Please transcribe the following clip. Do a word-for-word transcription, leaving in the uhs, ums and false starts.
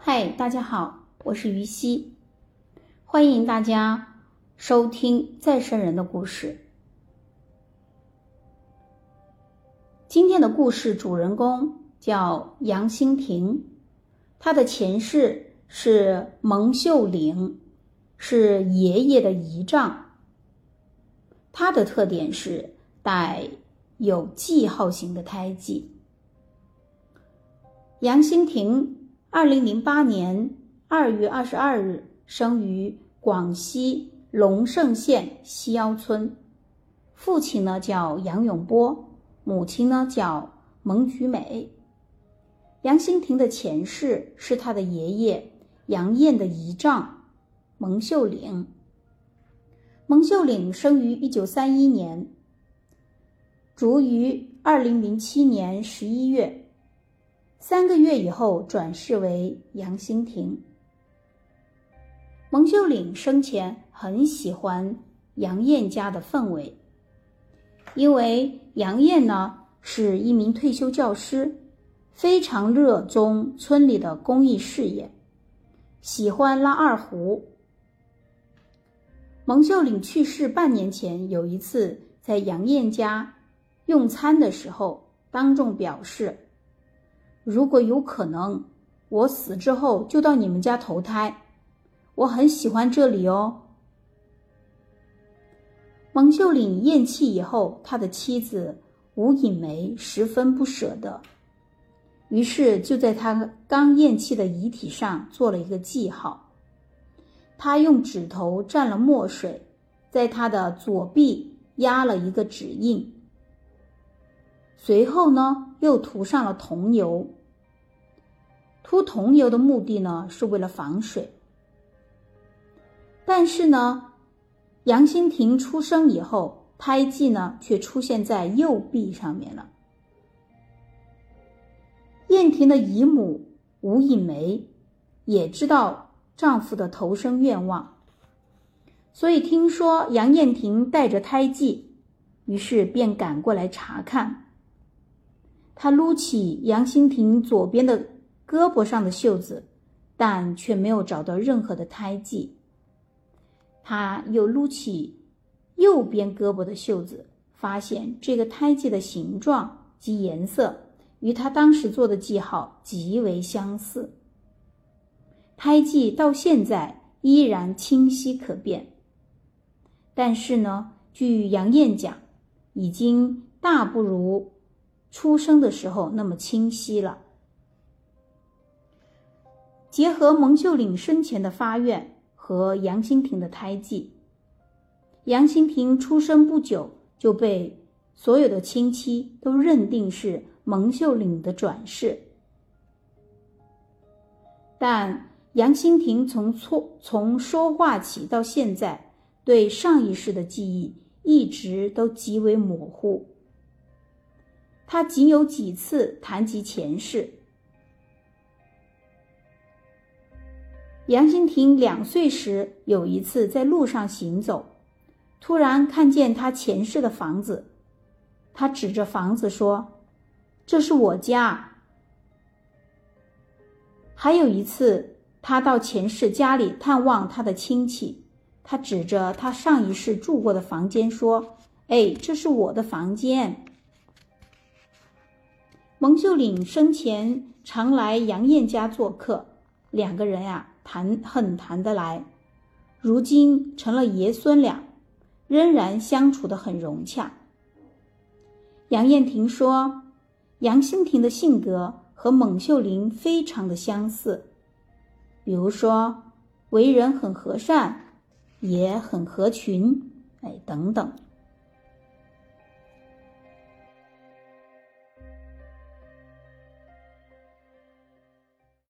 嗨，大家好，我是于西，欢迎大家收听再生人的故事。今天的故事主人公叫杨欣婷，她的前世是蒙秀岭，是爷爷的姨丈。她的特点是带有记号型的胎记。杨欣婷二零零八年二月二十二日生于广西龙胜县西腰村，父亲呢叫杨永波，母亲呢叫蒙菊美。杨欣婷的前世是他的爷爷杨燕的姨丈蒙秀岭。蒙秀岭生于一九三一年，卒于二零零七年十一月，三个月以后转世为杨欣婷。蒙秀岭生前很喜欢杨燕家的氛围，因为杨燕呢是一名退休教师，非常热衷村里的公益事业，喜欢拉二胡。蒙秀岭去世半年前，有一次在杨燕家用餐的时候，当众表示，如果有可能，我死之后就到你们家投胎，我很喜欢这里哦。蒙秀岭咽气以后，他的妻子吴颖梅十分不舍得，于是就在他刚咽气的遗体上做了一个记号。他用指头蘸了墨水，在他的左臂压了一个指印，随后呢又涂上了桐油。涂桐油的目的呢是为了防水。但是呢杨欣婷出生以后，胎记呢却出现在右臂上面了。燕婷的姨母吴颖梅也知道丈夫的投生愿望，所以听说杨燕婷带着胎记，于是便赶过来查看。她撸起杨欣婷左边的胳膊上的袖子，但却没有找到任何的胎记。她又撸起右边胳膊的袖子，发现这个胎记的形状及颜色与她当时做的记号极为相似。胎记到现在依然清晰可辨，但是呢，据杨燕讲，已经大不如出生的时候那么清晰了。结合蒙秀岭生前的发愿和杨欣婷的胎记，杨欣婷出生不久就被所有的亲戚都认定是蒙秀岭的转世。但杨欣婷从从说话起到现在，对上一世的记忆一直都极为模糊。她仅有几次谈及前世。杨欣婷两岁时，有一次在路上行走，突然看见她前世的房子，她指着房子说：“这是我家。”还有一次，他到前世家里探望他的亲戚，他指着他上一世住过的房间说：“哎，这是我的房间。”蒙秀岭生前常来杨燕家做客，两个人呀、啊、谈很谈得来，如今成了爷孙俩，仍然相处得很融洽。杨燕婷说，杨欣婷的性格和蒙秀岭非常的相似，比如说为人很和善，也很合群，哎，等等。